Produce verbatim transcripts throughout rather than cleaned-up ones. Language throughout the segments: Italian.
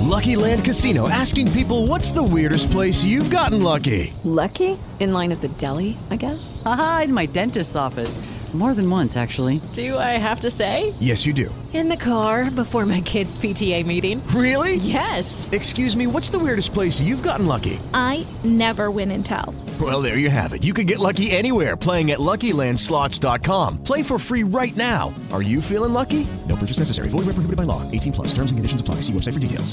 Lucky Land Casino, asking people, what's the weirdest place you've gotten lucky? Lucky? In line at the deli, I guess? Aha, in my dentist's office. More than once, actually. Do I have to say? Yes, you do. In the car before my kids' P T A meeting. Really? Yes. Excuse me, what's the weirdest place you've gotten lucky? I never win and tell. Well, there you have it. You can get lucky anywhere, playing at Lucky Land Slots dot com. Play for free right now. Are you feeling lucky? No purchase necessary. Void where prohibited by law. eighteen plus. Terms and conditions apply. See website for details.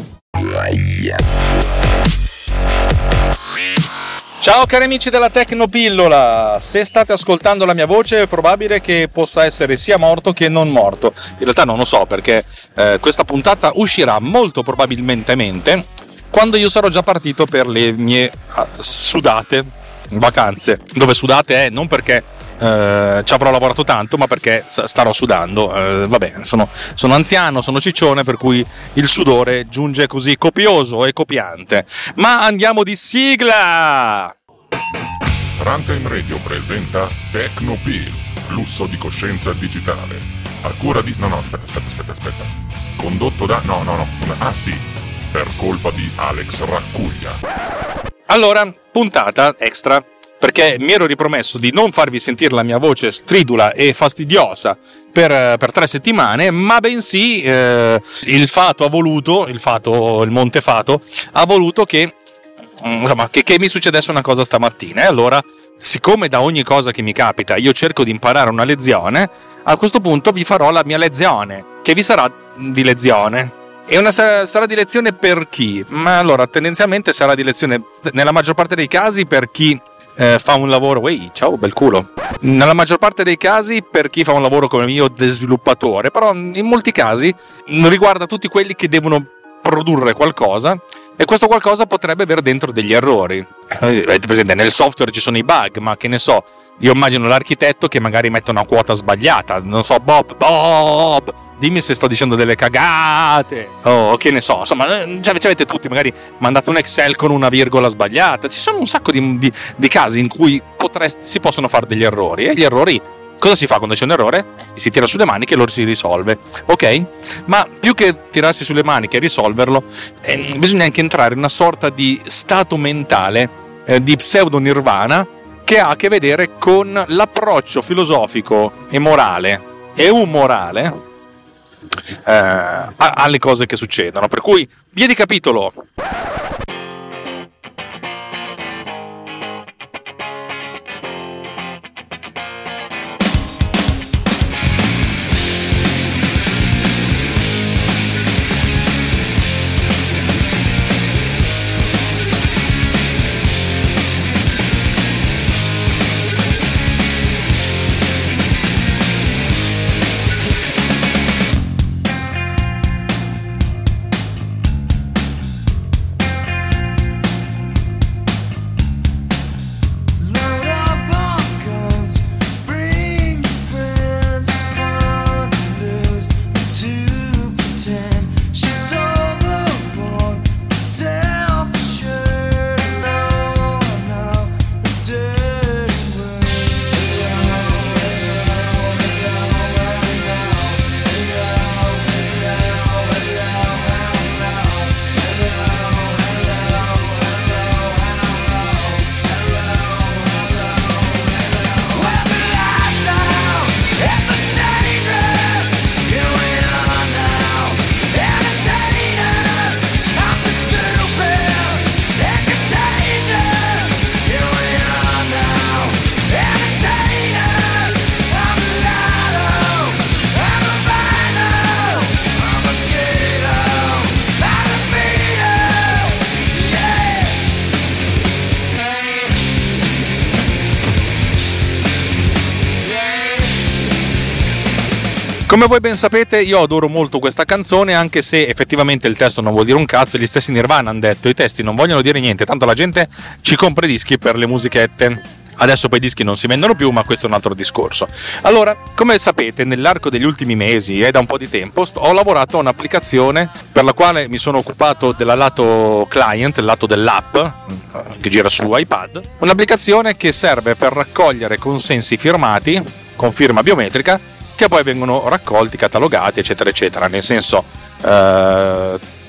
Ciao cari amici della Tecnopillola, se state ascoltando la mia voce è probabile che possa essere sia morto che non morto. In realtà non lo so, perché eh, questa puntata uscirà molto probabilmente quando io sarò già partito per le mie uh, sudate vacanze. Dove sudate è non perché eh, ci avrò lavorato tanto, ma perché starò sudando. Eh, vabbè, sono, sono anziano, sono ciccione, per cui il sudore giunge così copioso e copiante. Ma andiamo di sigla! Runtime Radio presenta Tecnopills, flusso di coscienza digitale. A cura di... No, no, aspetta, aspetta, aspetta, aspetta. Condotto da... No, no, no. Ah, sì. Per colpa di Alex Raccuglia. Allora, puntata extra, perché mi ero ripromesso di non farvi sentire la mia voce stridula e fastidiosa per, per tre settimane, ma bensì eh, il fato ha voluto, il fato, il Montefato, ha voluto che, insomma, che, che mi succedesse una cosa stamattina. E allora, siccome da ogni cosa che mi capita io cerco di imparare una lezione, a questo punto vi farò la mia lezione, che vi sarà di lezione. E una sarà di lezione per chi? Ma allora, tendenzialmente sarà di lezione nella maggior parte dei casi per chi eh, fa un lavoro. Uè, ciao, bel culo. Nella maggior parte dei casi per chi fa un lavoro come mio di sviluppatore, però in molti casi riguarda tutti quelli che devono produrre qualcosa, e questo qualcosa potrebbe avere dentro degli errori. Eh, avete presente, nel software ci sono i bug, ma che ne so, io immagino l'architetto che magari mette una quota sbagliata, non so, Bob, Bob, dimmi se sto dicendo delle cagate, oh, che ne so, insomma, ci avete tutti magari mandato un Excel con una virgola sbagliata. Ci sono un sacco di, di, di casi in cui potresti, si possono fare degli errori, e gli errori, cosa si fa quando c'è un errore? Si tira sulle maniche e lo si risolve, ok? Ma più che tirarsi sulle maniche e risolverlo, eh, bisogna anche entrare in una sorta di stato mentale eh, di pseudo nirvana, che ha a che vedere con l'approccio filosofico e morale e umorale eh, alle cose che succedono. Per cui, via di capitolo. Come voi ben sapete, io adoro molto questa canzone, anche se effettivamente il testo non vuol dire un cazzo. Gli stessi Nirvana hanno detto: i testi non vogliono dire niente, tanto la gente ci compra i dischi per le musichette. Adesso poi i dischi non si vendono più, ma questo è un altro discorso. Allora, come sapete, nell'arco degli ultimi mesi e da un po' di tempo ho lavorato a un'applicazione per la quale mi sono occupato del lato client, il lato dell'app che gira su iPad, un'applicazione che serve per raccogliere consensi firmati con firma biometrica, che poi vengono raccolti, catalogati, eccetera eccetera. Nel senso, eh,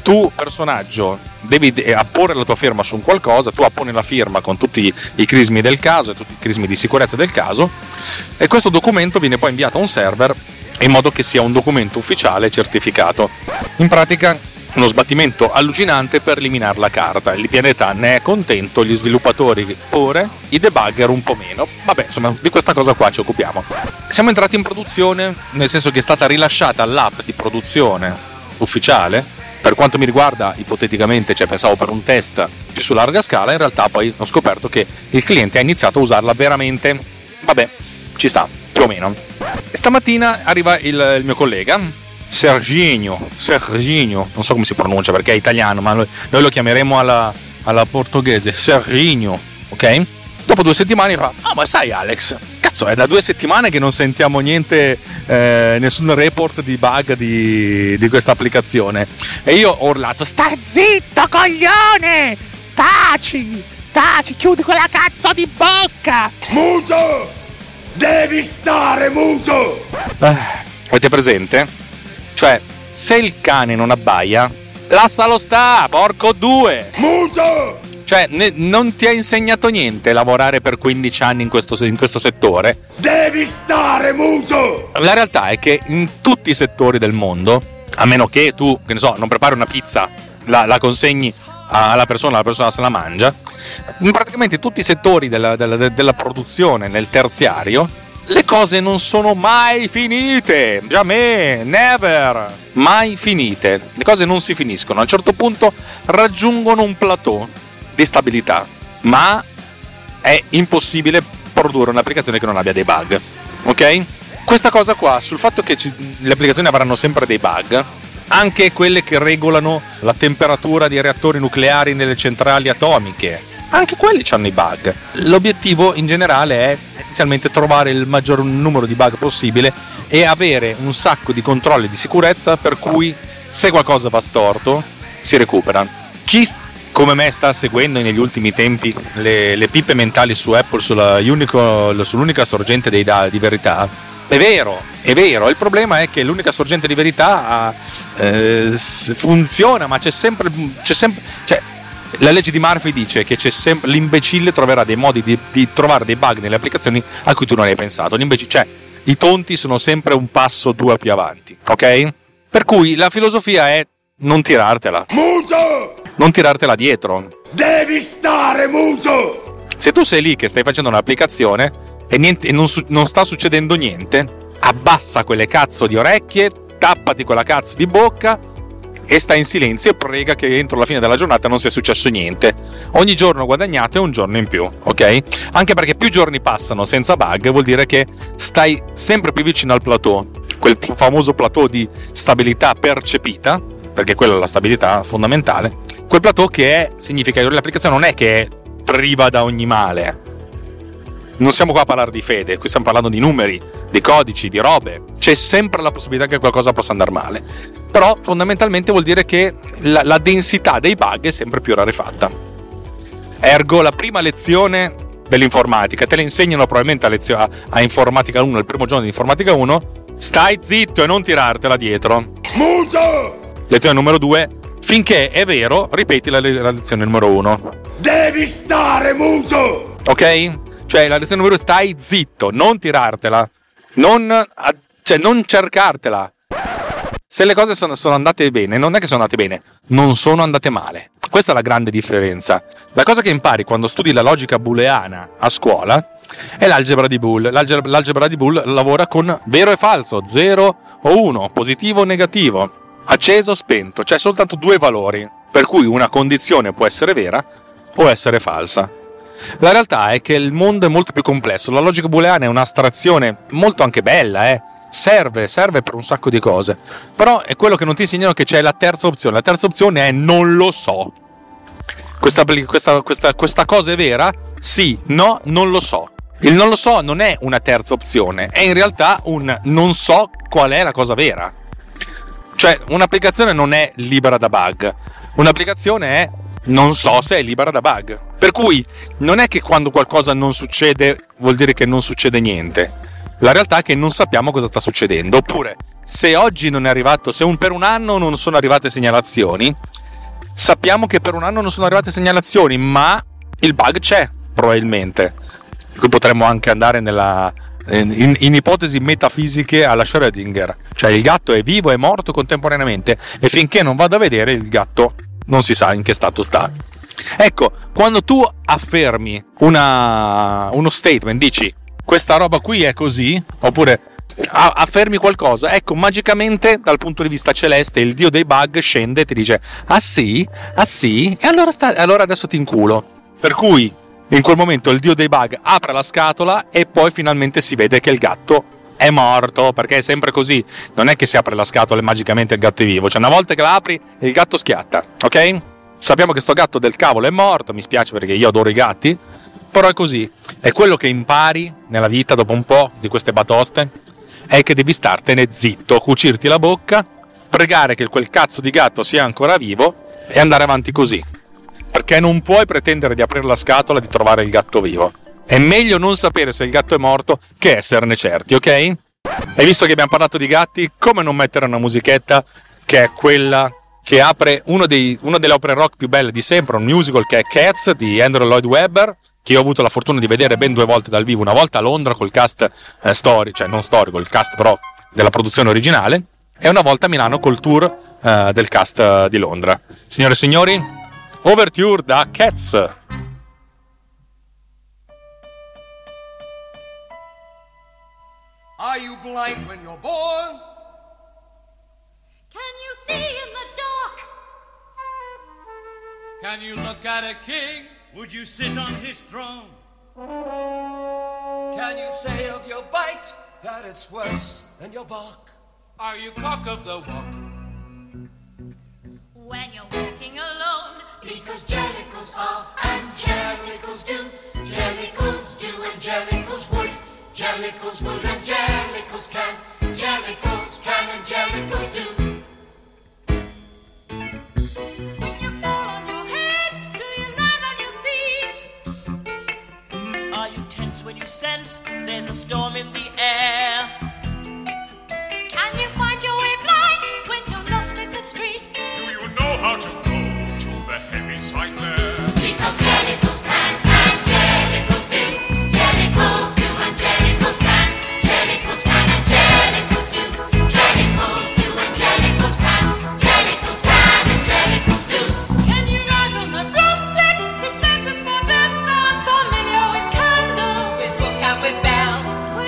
tu personaggio devi apporre la tua firma su un qualcosa, tu apponi la firma con tutti i crismi del caso e tutti i crismi di sicurezza del caso, e questo documento viene poi inviato a un server in modo che sia un documento ufficiale certificato. In pratica uno sbattimento allucinante per eliminare la carta. Il pianeta ne è contento, gli sviluppatori pure, i debugger un po' meno. Vabbè, insomma, di questa cosa qua ci occupiamo. Siamo entrati in produzione, nel senso che è stata rilasciata l'app di produzione ufficiale. Per quanto mi riguarda, ipoteticamente, cioè pensavo per un test più su larga scala, in realtà poi ho scoperto che il cliente ha iniziato a usarla veramente. Vabbè, ci sta, più o meno. E stamattina arriva il, il mio collega Serginho, Serginho, non so come si pronuncia perché è italiano, ma noi, noi lo chiameremo alla, alla portoghese, Serginho, ok? Dopo due settimane fa, ah, ma sai Alex, cazzo, è da due settimane che non sentiamo niente, eh, nessun report di bug di, di questa applicazione. E io ho urlato, sta zitto coglione, taci, taci, chiudi quella cazzo di bocca. Muto, devi stare muto. Eh, avete presente? Cioè, se il cane non abbaia, lascialo sta, porco due! Muto! Cioè, ne, non ti ha insegnato niente lavorare per quindici anni in questo, in questo settore? Devi stare muto! La realtà è che in tutti i settori del mondo, a meno che tu, che ne so, non prepari una pizza, la, la consegni alla persona, la persona se la mangia, in praticamente tutti i settori della, della, della produzione nel terziario, le cose non sono mai finite, jamais, never, mai finite. Le cose non si finiscono, a un certo punto raggiungono un plateau di stabilità, ma è impossibile produrre un'applicazione che non abbia dei bug, ok? Questa cosa qua, sul fatto che ci, le applicazioni avranno sempre dei bug, anche quelle che regolano la temperatura dei reattori nucleari nelle centrali atomiche, anche quelli hanno i bug. L'obiettivo in generale è essenzialmente trovare il maggior numero di bug possibile e avere un sacco di controlli di sicurezza per cui se qualcosa va storto si recupera. Chi come me sta seguendo negli ultimi tempi le, le pippe mentali su Apple sulla unico, sull'unica sorgente dei da, di verità, è vero, è vero, il problema è che l'unica sorgente di verità eh, funziona, ma c'è sempre, c'è sempre cioè, la legge di Murphy dice che c'è sempre, l'imbecille troverà dei modi di, di trovare dei bug nelle applicazioni a cui tu non hai pensato. L'imbecille, cioè, i tonti sono sempre un passo, due più avanti, ok? Per cui la filosofia è non tirartela. Muto! Non tirartela dietro. Devi stare muto! Se tu sei lì che stai facendo un'applicazione e, niente, e non, su, non sta succedendo niente, abbassa quelle cazzo di orecchie, tappati quella cazzo di bocca e sta in silenzio e prega che entro la fine della giornata non sia successo niente. Ogni giorno guadagnato è un giorno in più, ok? Anche perché più giorni passano senza bug vuol dire che stai sempre più vicino al plateau, quel famoso plateau di stabilità percepita, perché quella è la stabilità fondamentale, quel plateau che è, significa che l'applicazione non è che è priva da ogni male. Non siamo qua a parlare di fede, qui stiamo parlando di numeri, di codici, di robe. C'è sempre la possibilità che qualcosa possa andare male. Però fondamentalmente vuol dire che la, la densità dei bug è sempre più rarefatta. Ergo, la prima lezione dell'informatica, te la insegnano probabilmente a, lezio- a, a Informatica uno, il primo giorno di Informatica uno, stai zitto e non tirartela dietro. Muto! Lezione numero due, finché è vero, ripeti la, la lezione numero uno. Devi stare muto! Ok? Cioè la lezione numero due, stai zitto, non tirartela, non, cioè, non cercartela. Se le cose sono, sono andate bene, non è che sono andate bene, non sono andate male. Questa è la grande differenza. La cosa che impari quando studi la logica booleana a scuola è l'algebra di Boole. L'algebra, l'algebra di Boole lavora con vero e falso, zero o uno, positivo o negativo, acceso o spento, cioè soltanto due valori, per cui una condizione può essere vera o essere falsa. La realtà è che il mondo è molto più complesso. La logica booleana è un'astrazione molto anche bella, eh. Serve, serve per un sacco di cose. Però è quello che non ti insegnano, che c'è la terza opzione. La terza opzione è non lo so. Questa, questa, questa, questa cosa è vera? Sì, no, non lo so. Il non lo so non è una terza opzione, è in realtà un non so qual è la cosa vera. Cioè, un'applicazione non è libera da bug. Un'applicazione è non so se è libera da bug. Per cui non è che quando qualcosa non succede vuol dire che non succede niente. La realtà è che non sappiamo cosa sta succedendo. Oppure, se oggi non è arrivato, se un, per un anno non sono arrivate segnalazioni, Sappiamo che per un anno non sono arrivate segnalazioni, ma il bug c'è, probabilmente. Qui potremmo anche andare nella, in, in ipotesi metafisiche alla Schrödinger, cioè il gatto è vivo e morto contemporaneamente e finché non vado a vedere il gatto non si sa in che stato sta. Ecco, quando tu affermi una, uno statement, dici questa roba qui è così, oppure affermi qualcosa, ecco, magicamente dal punto di vista celeste il dio dei bug scende e ti dice ah sì, ah sì, e allora, sta, allora adesso ti inculo. Per cui in quel momento il dio dei bug apre la scatola e poi finalmente si vede che il gatto è morto, perché è sempre così, non è che si apre la scatola e magicamente il gatto è vivo, cioè una volta che la apri il gatto schiatta, ok? Sappiamo che sto gatto del cavolo è morto, mi spiace perché io adoro i gatti, però è così. È quello che impari nella vita dopo un po' di queste batoste, è che devi startene zitto, cucirti la bocca, pregare che quel cazzo di gatto sia ancora vivo e andare avanti così, perché non puoi pretendere di aprire la scatola e di trovare il gatto vivo. È meglio non sapere se il gatto è morto che esserne certi, ok? E visto che abbiamo parlato di gatti, come non mettere una musichetta che è quella che apre uno dei, una delle opere rock più belle di sempre, un musical che è Cats di Andrew Lloyd Webber, che io ho avuto la fortuna di vedere ben due volte dal vivo, una volta a Londra col cast eh, storico, cioè non storico, il cast però della produzione originale, e una volta a Milano col tour eh, del cast eh, di Londra. Signore e signori, Overture da Cats. Are you blind when you're born? Can you see in the dark? Can you look at a king? Would you sit on his throne? Can you say of your bite that it's worse than your bark? Are you cock of the walk? When you're walking alone, because jellicles are and jellicles do, jellicles do and jellicles would, jellicles would and jellicles can, jellicles can and jellicles do. When you sense there's a storm in the air, can you find your way blind when you're lost in the street? Do you know how to go to the heavy side there? Because jellicles can and jellicles do, jellicles do and jellicles can, jellicles can and jellicles do, jellicles do and jellicles can, jellicles can and jellicles do. Can you ride on the broomstick to places far distant, or mingle with candle, with book and with bell?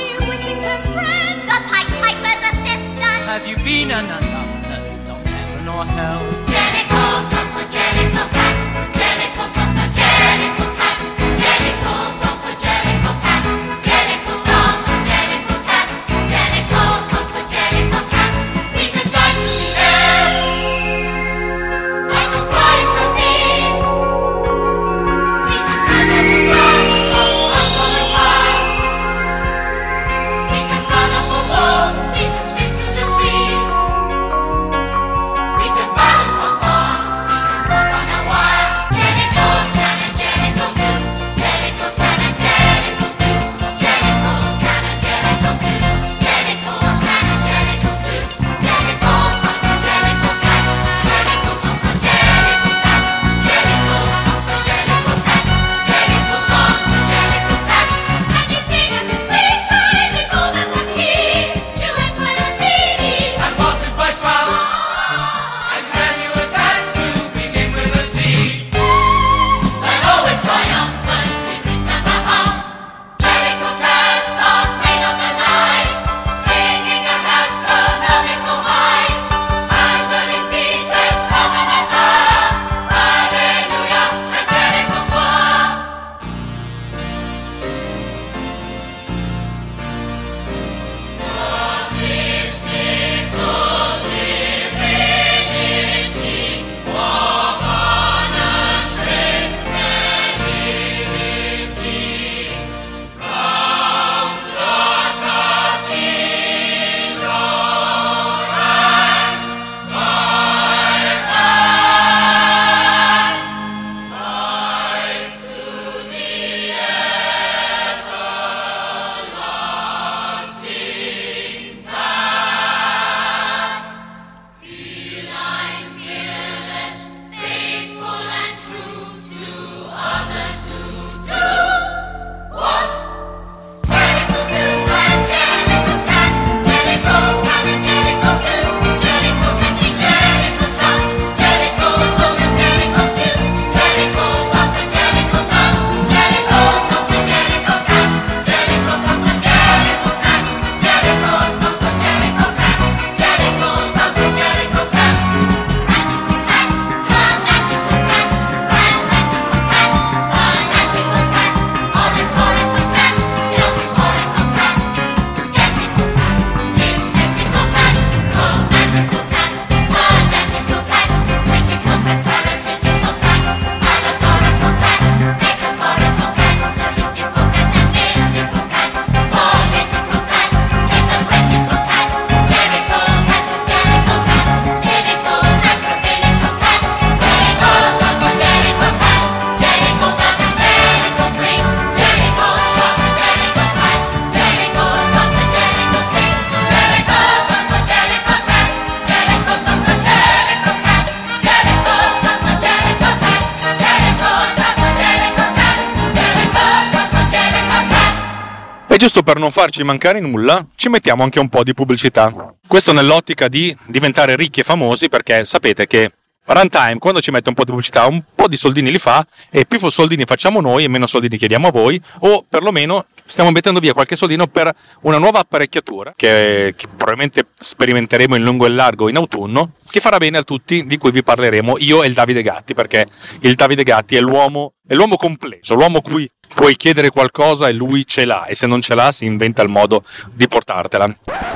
giusto per non farci mancare nulla, ci mettiamo anche un po' di pubblicità. Questo nell'ottica di diventare ricchi e famosi, perché sapete che Runtime, quando ci mette un po' di pubblicità, un po' di soldini li fa, e più soldini facciamo noi e meno soldini chiediamo a voi, o perlomeno stiamo mettendo via qualche soldino per una nuova apparecchiatura che, che probabilmente sperimenteremo in lungo e largo in autunno, che farà bene a tutti, di cui vi parleremo io e il Davide Gatti, perché il Davide Gatti è l'uomo, è l'uomo completo, l'uomo cui puoi chiedere qualcosa e lui ce l'ha, e se non ce l'ha si inventa il modo di portartela.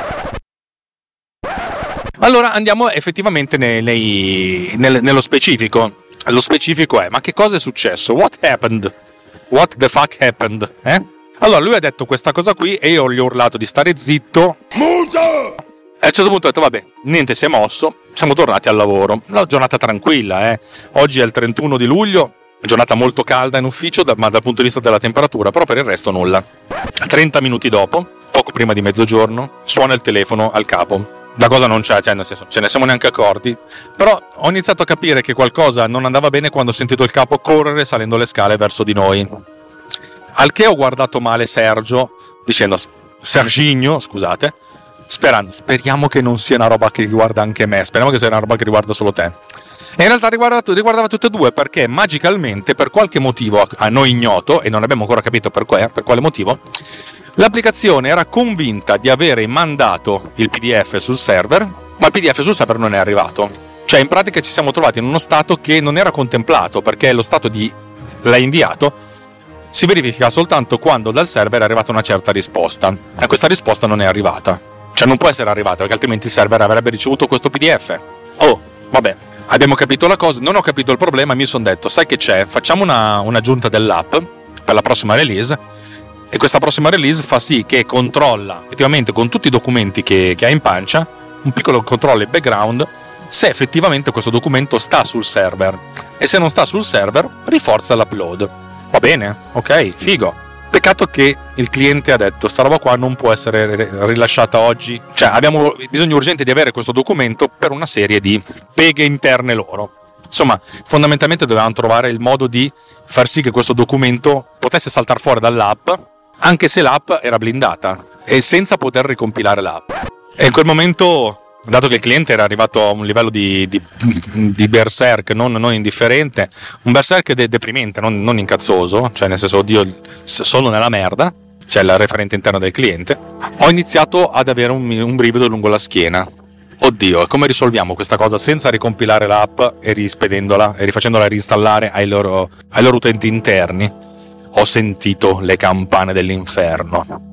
Allora andiamo effettivamente nei, nei, nel, nello specifico. Lo specifico è: ma che cosa è successo? What happened? What the fuck happened? Eh? Allora lui ha detto questa cosa qui e io gli ho urlato di stare zitto. Muto! E a un certo punto ho detto vabbè, niente si è mosso, siamo tornati al lavoro. Una giornata tranquilla, eh. Oggi è il trentuno di luglio, giornata molto calda in ufficio, ma dal punto di vista della temperatura, però per il resto nulla. trenta minuti dopo, poco prima di mezzogiorno, suona il telefono al capo. La cosa non c'è, cioè nel senso, ce ne siamo neanche accorti, però ho iniziato a capire che qualcosa non andava bene quando ho sentito il capo correre salendo le scale verso di noi. Al che ho guardato male Sergio, dicendo, Serginho, scusate, sperando, speriamo che non sia una roba che riguarda anche me, speriamo che sia una roba che riguarda solo te. E in realtà riguarda, riguardava tutte e due, perché magicalmente, per qualche motivo a noi ignoto, e non abbiamo ancora capito per, que- per quale motivo, l'applicazione era convinta di avere mandato il P D F sul server, ma il P D F sul server non è arrivato. Cioè in pratica ci siamo trovati in uno stato che non era contemplato, perché lo stato di l'hai inviato si verifica soltanto quando dal server è arrivata una certa risposta, e questa risposta non è arrivata. Cioè non può essere arrivata, perché altrimenti il server avrebbe ricevuto questo P D F. Oh, vabbè, abbiamo capito la cosa, non ho capito il problema, mi sono detto, sai che c'è? Facciamo una, un'aggiunta dell'app per la prossima release, e questa prossima release fa sì che controlla effettivamente con tutti i documenti che, che ha in pancia, un piccolo controllo in background, se effettivamente questo documento sta sul server, e se non sta sul server riforza l'upload. Va bene? Ok, figo. Peccato che il cliente ha detto sta roba qua non può essere rilasciata oggi, cioè abbiamo bisogno urgente di avere questo documento per una serie di peghe interne loro. Insomma, fondamentalmente dovevamo trovare il modo di far sì che questo documento potesse saltare fuori dall'app, anche se l'app era blindata e senza poter ricompilare l'app. E in quel momento, dato che il cliente era arrivato a un livello di, di, di berserk non, non indifferente, un berserk de- deprimente, non, non incazzoso, cioè nel senso, oddio, solo nella merda, cioè il referente interno del cliente, ho iniziato ad avere un, un brivido lungo la schiena. Oddio, come risolviamo questa cosa senza ricompilare l'app e rispedendola e rifacendola reinstallare ai loro, ai loro utenti interni? Ho sentito le campane dell'inferno.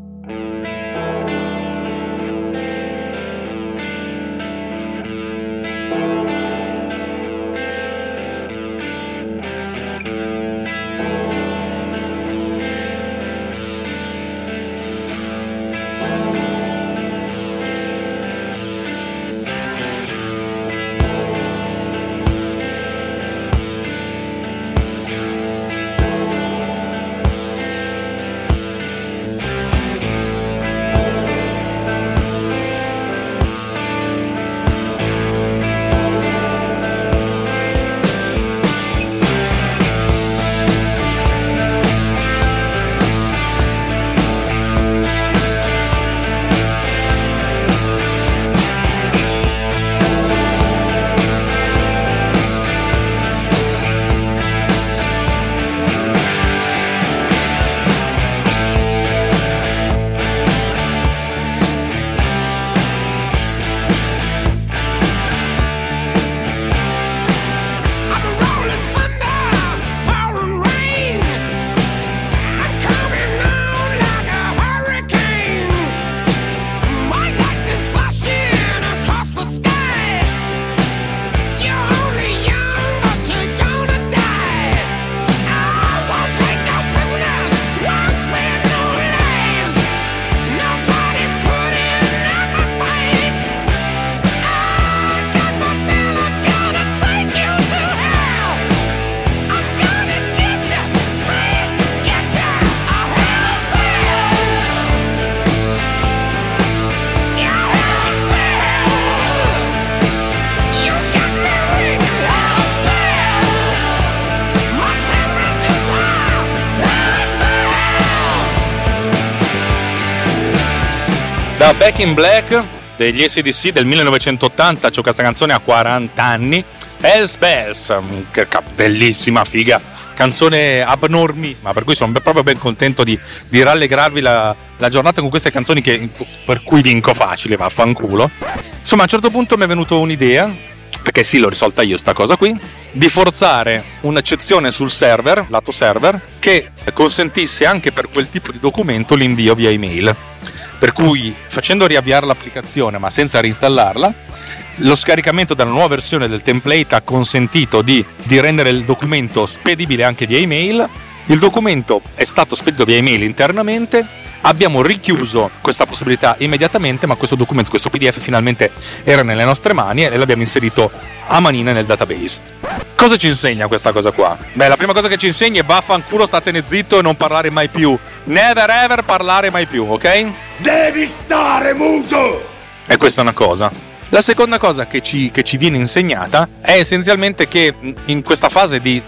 Back in Black degli A C D C del millenovecentottanta, cioè questa canzone ha quaranta anni. Hells Bells, che bellissima, figa, canzone abnormissima, per cui sono proprio ben contento di, di rallegrarvi la, la giornata con queste canzoni che, per cui vinco facile, vaffanculo. Insomma, a un certo punto mi è venuta un'idea, perché sì, l'ho risolta io sta cosa qui, di forzare un'eccezione sul server, lato server, che consentisse anche per quel tipo di documento l'invio via email. Per cui, facendo riavviare l'applicazione ma senza reinstallarla, lo scaricamento della nuova versione del template ha consentito di, di rendere il documento spedibile anche via email. Il documento è stato spedito via email internamente, abbiamo richiuso questa possibilità immediatamente, ma questo documento, questo P D F finalmente era nelle nostre mani e l'abbiamo inserito a manina nel database. Cosa ci insegna questa cosa qua? Beh, la prima cosa che ci insegna è vaffanculo, statene zitto e non parlare mai più. Never ever parlare mai più, ok? Devi stare muto! E questa è una cosa. La seconda cosa che ci, che ci viene insegnata è essenzialmente che in questa fase di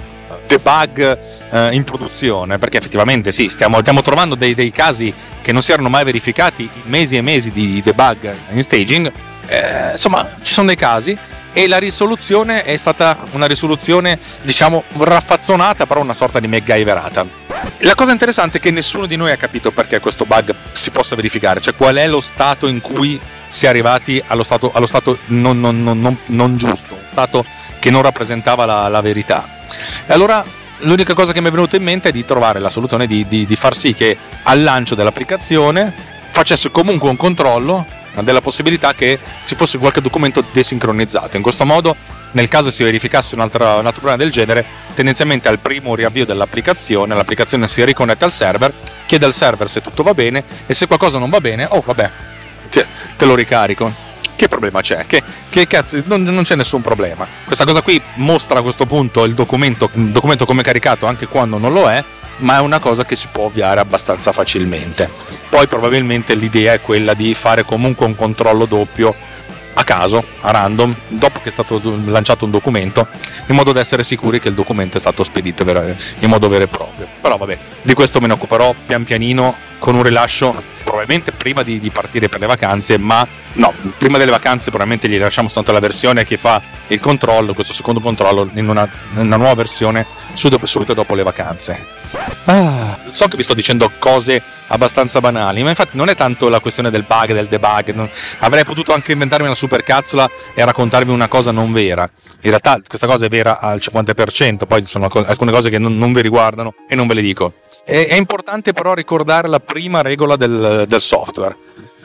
debug eh, in produzione, perché effettivamente sì, stiamo, stiamo trovando dei, dei casi che non si erano mai verificati in mesi e mesi di debug in staging, eh, insomma ci sono dei casi e la risoluzione è stata una risoluzione, diciamo, raffazzonata, però una sorta di MacGyverata. La cosa interessante è che nessuno di noi ha capito perché questo bug si possa verificare, cioè qual è lo stato in cui si è arrivati allo stato, allo stato non, non, non, non, non giusto, un stato che non rappresentava la, la verità. E allora l'unica cosa che mi è venuta in mente è di trovare la soluzione di, di, di far sì che al lancio dell'applicazione facesse comunque un controllo della possibilità che ci fosse qualche documento desincronizzato. In questo modo, nel caso si verificasse un altro, un altro problema del genere, tendenzialmente al primo riavvio dell'applicazione l'applicazione si riconnette al server, chiede al server se tutto va bene e se qualcosa non va bene, oh vabbè, te, te lo ricarico. Che problema c'è? Che, che cazzo, non, non c'è nessun problema. Questa cosa qui mostra a questo punto il documento, il documento come caricato anche quando non lo è, ma è una cosa che si può ovviare abbastanza facilmente. Poi probabilmente l'idea è quella di fare comunque un controllo doppio a caso, a random, dopo che è stato lanciato un documento, in modo da essere sicuri che il documento è stato spedito in modo vero e proprio. Però vabbè, di questo me ne occuperò pian pianino con un rilascio probabilmente prima di, di partire per le vacanze, ma no, prima delle vacanze probabilmente gli lasciamo soltanto la versione che fa il controllo, questo secondo controllo in una, in una nuova versione subito, subito dopo le vacanze. Ah, so che vi sto dicendo cose abbastanza banali, ma infatti non è tanto la questione del bug, del debug. Non... avrei potuto anche inventarmi una supercazzola e raccontarvi una cosa non vera. In realtà questa cosa è vera al cinquanta per cento, poi ci sono alcune cose che non, non vi riguardano e non ve le dico. È, è importante però ricordare la prima regola del, del software: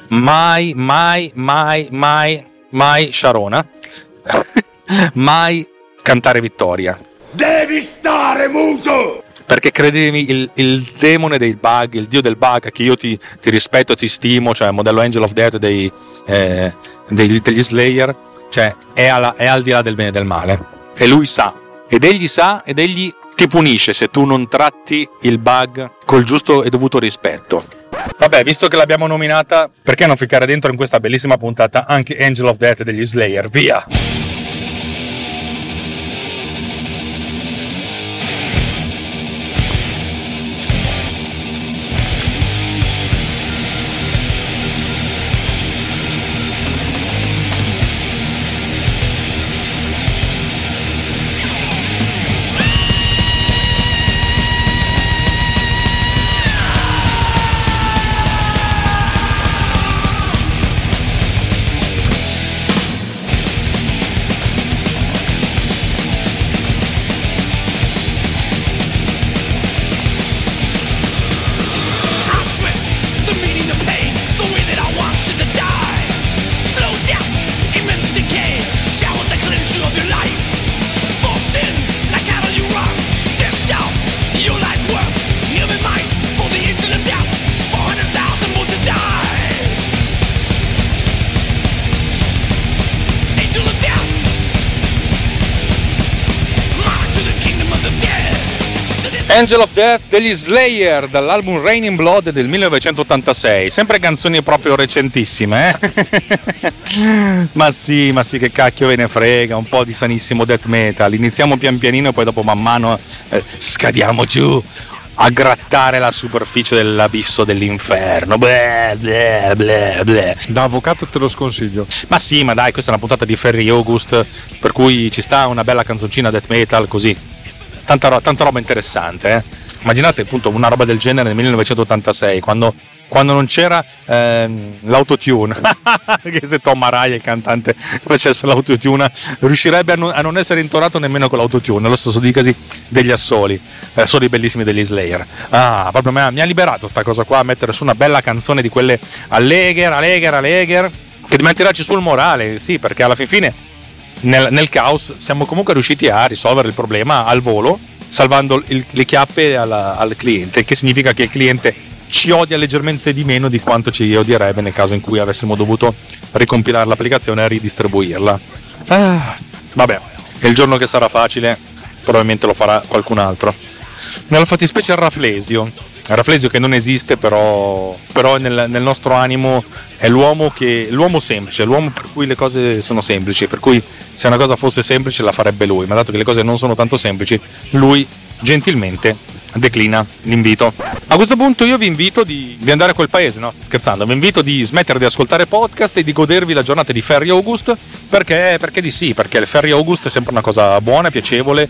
mai, mai, mai, mai, mai Sharona, mai cantare vittoria. Devi stare muto! Perché credimi, il, il demone dei bug, il dio del bug, che io ti, ti rispetto, ti stimo, cioè il modello Angel of Death dei, eh, degli, degli Slayer, cioè è, alla, è al di là del bene e del male. E lui sa, ed egli sa, ed egli ti punisce se tu non tratti il bug col giusto e dovuto rispetto. Vabbè, visto che l'abbiamo nominata, perché non ficcare dentro in questa bellissima puntata anche Angel of Death degli Slayer? Via! Angel of Death degli Slayer dall'album Rain in Blood del millenovecentottantasei, sempre canzoni proprio recentissime, eh? ma sì, ma sì, che cacchio ve ne frega, un po' di sanissimo death metal, iniziamo pian pianino e poi dopo man mano eh, scadiamo giù. a grattare la superficie dell'abisso dell'inferno. Bleh, bleh, bleh, bleh. Da avvocato te lo sconsiglio. Ma sì, ma dai, questa è una puntata di Ferry August, per cui ci sta una bella canzoncina death metal, così. Tanta, ro- tanta roba interessante, eh. Immaginate appunto una roba del genere nel millenovecentottantasei, quando, quando non c'era ehm, l'autotune. Che se Tom Araya, il cantante, facesse l'autotune, riuscirebbe a non, a non essere intonato nemmeno con l'autotune. Lo stesso dicasi degli assoli, eh, assoli bellissimi degli Slayer. Ah, proprio mi ha, mi ha liberato sta cosa qua, a mettere su una bella canzone di quelle allegher, allegher, allegher, che deve tirarci sul morale, sì, perché alla fin fine nel, nel caos siamo comunque riusciti a risolvere il problema al volo, salvando il, le chiappe alla, al cliente, che significa che il cliente ci odia leggermente di meno di quanto ci odierebbe nel caso in cui avessimo dovuto ricompilare l'applicazione e ridistribuirla. Ah, vabbè, il giorno che sarà facile probabilmente lo farà qualcun altro. Nella fattispecie il Raflesio, il Raflesio che non esiste, però, però nel, nel nostro animo è l'uomo che l'uomo semplice, l'uomo per cui le cose sono semplici, per cui se una cosa fosse semplice la farebbe lui, ma dato che le cose non sono tanto semplici, lui gentilmente declina l'invito. A questo punto io vi invito di, di andare a quel paese, no, sto scherzando, vi invito di smettere di ascoltare podcast e di godervi la giornata di Ferry August, perché, perché di sì, perché il Ferry August è sempre una cosa buona, piacevole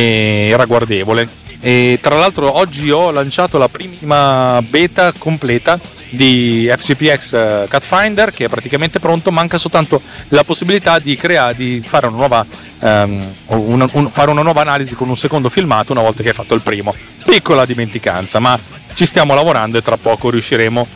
e ragguardevole. E tra l'altro oggi ho lanciato la prima beta completa di F C P X Cut Finder, che è praticamente pronto, manca soltanto la possibilità di creare, di fare una nuova um, una, un, fare una nuova analisi con un secondo filmato una volta che hai fatto il primo. Piccola dimenticanza, ma ci stiamo lavorando e tra poco riusciremo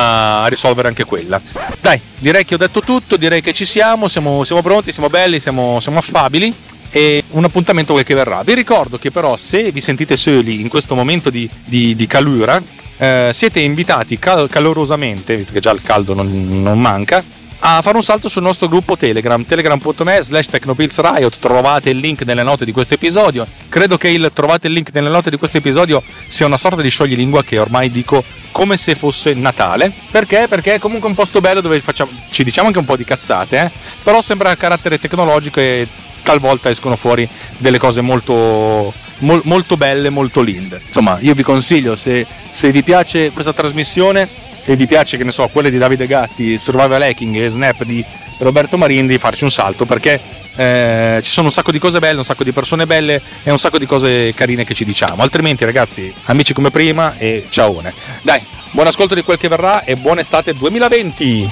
a risolvere anche quella. Dai, direi che ho detto tutto, direi che ci siamo, siamo, siamo pronti, siamo belli, siamo, siamo affabili. E un appuntamento quel che verrà. Vi ricordo che però se vi sentite soli in questo momento di, di, di calura, eh, siete invitati cal- calorosamente, visto che già il caldo non, non manca, a fare un salto sul nostro gruppo Telegram, telegram punto me slash technopillsriot. Trovate il link nelle note di questo episodio. Credo che il trovate il link nelle note di questo episodio sia una sorta di scioglilingua che ormai dico come se fosse Natale. Perché? Perché è comunque un posto bello dove facciamo, ci diciamo anche un po' di cazzate, eh? Però sembra a carattere tecnologico e talvolta escono fuori delle cose molto, mol, molto belle, molto linde. Insomma, io vi consiglio, se, se vi piace questa trasmissione e vi piace, che ne so, quelle di Davide Gatti, Survival Hacking e Snap di Roberto Marin, di farci un salto, perché eh, ci sono un sacco di cose belle, un sacco di persone belle e un sacco di cose carine che ci diciamo. Altrimenti, ragazzi, amici come prima e ciaone. Dai, buon ascolto di quel che verrà e buona estate duemilaventi!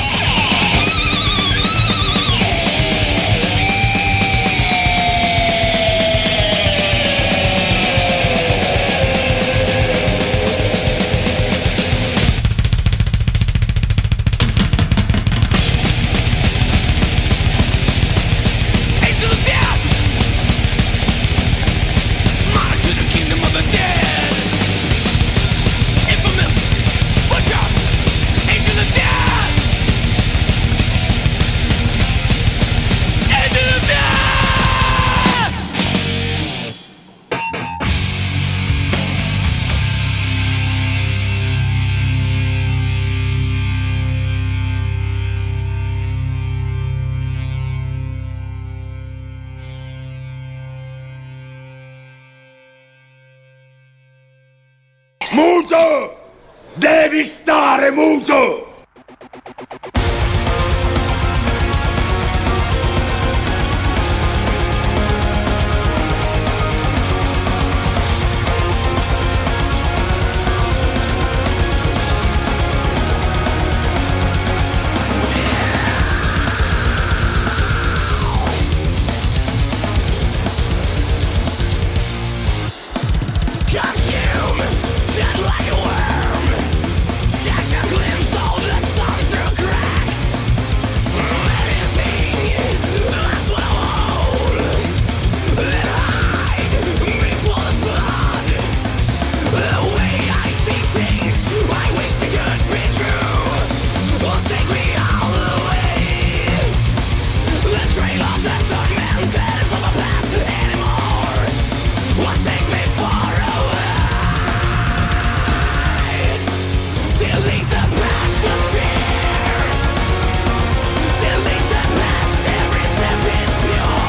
Muto! Devi stare muto!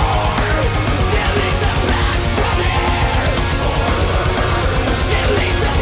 Delete the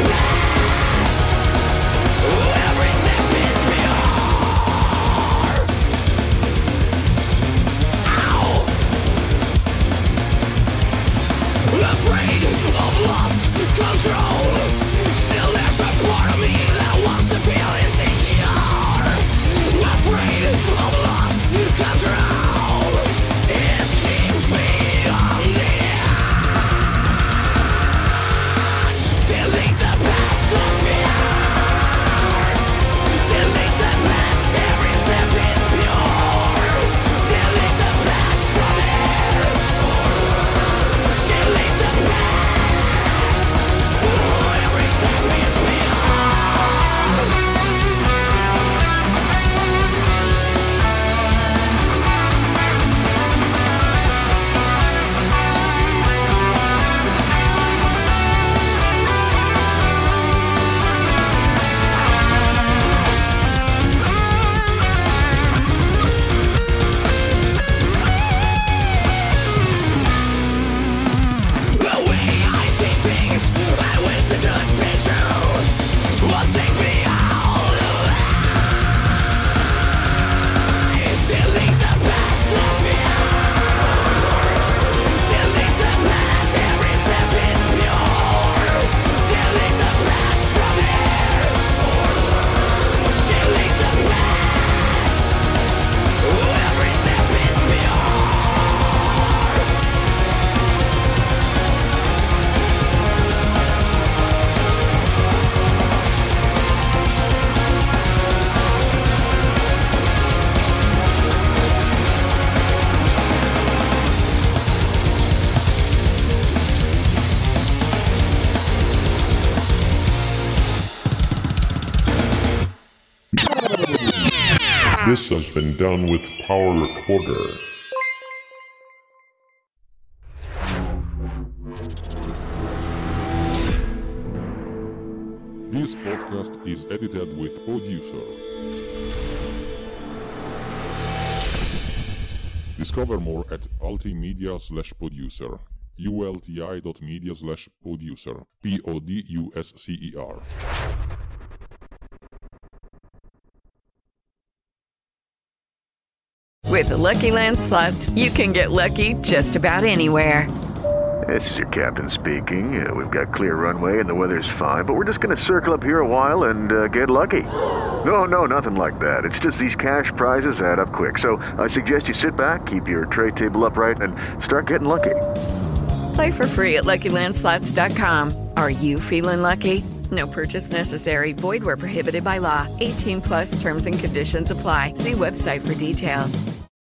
This has been done with Power Recorder. This podcast is edited with Producer. Discover more at ultimedia slash producer. ulti.media slash producer. P O D U S C E R. With the Lucky Land Slots, you can get lucky just about anywhere. This is your captain speaking. Uh, we've got clear runway and the weather's fine, but we're just going to circle up here a while and uh, get lucky. No, no, nothing like that. It's just these cash prizes add up quick. So I suggest you sit back, keep your tray table upright, and start getting lucky. Play for free at Lucky Land Slots dot com. Are you feeling lucky? No purchase necessary. Void where prohibited by law. eighteen plus terms and conditions apply. See website for details.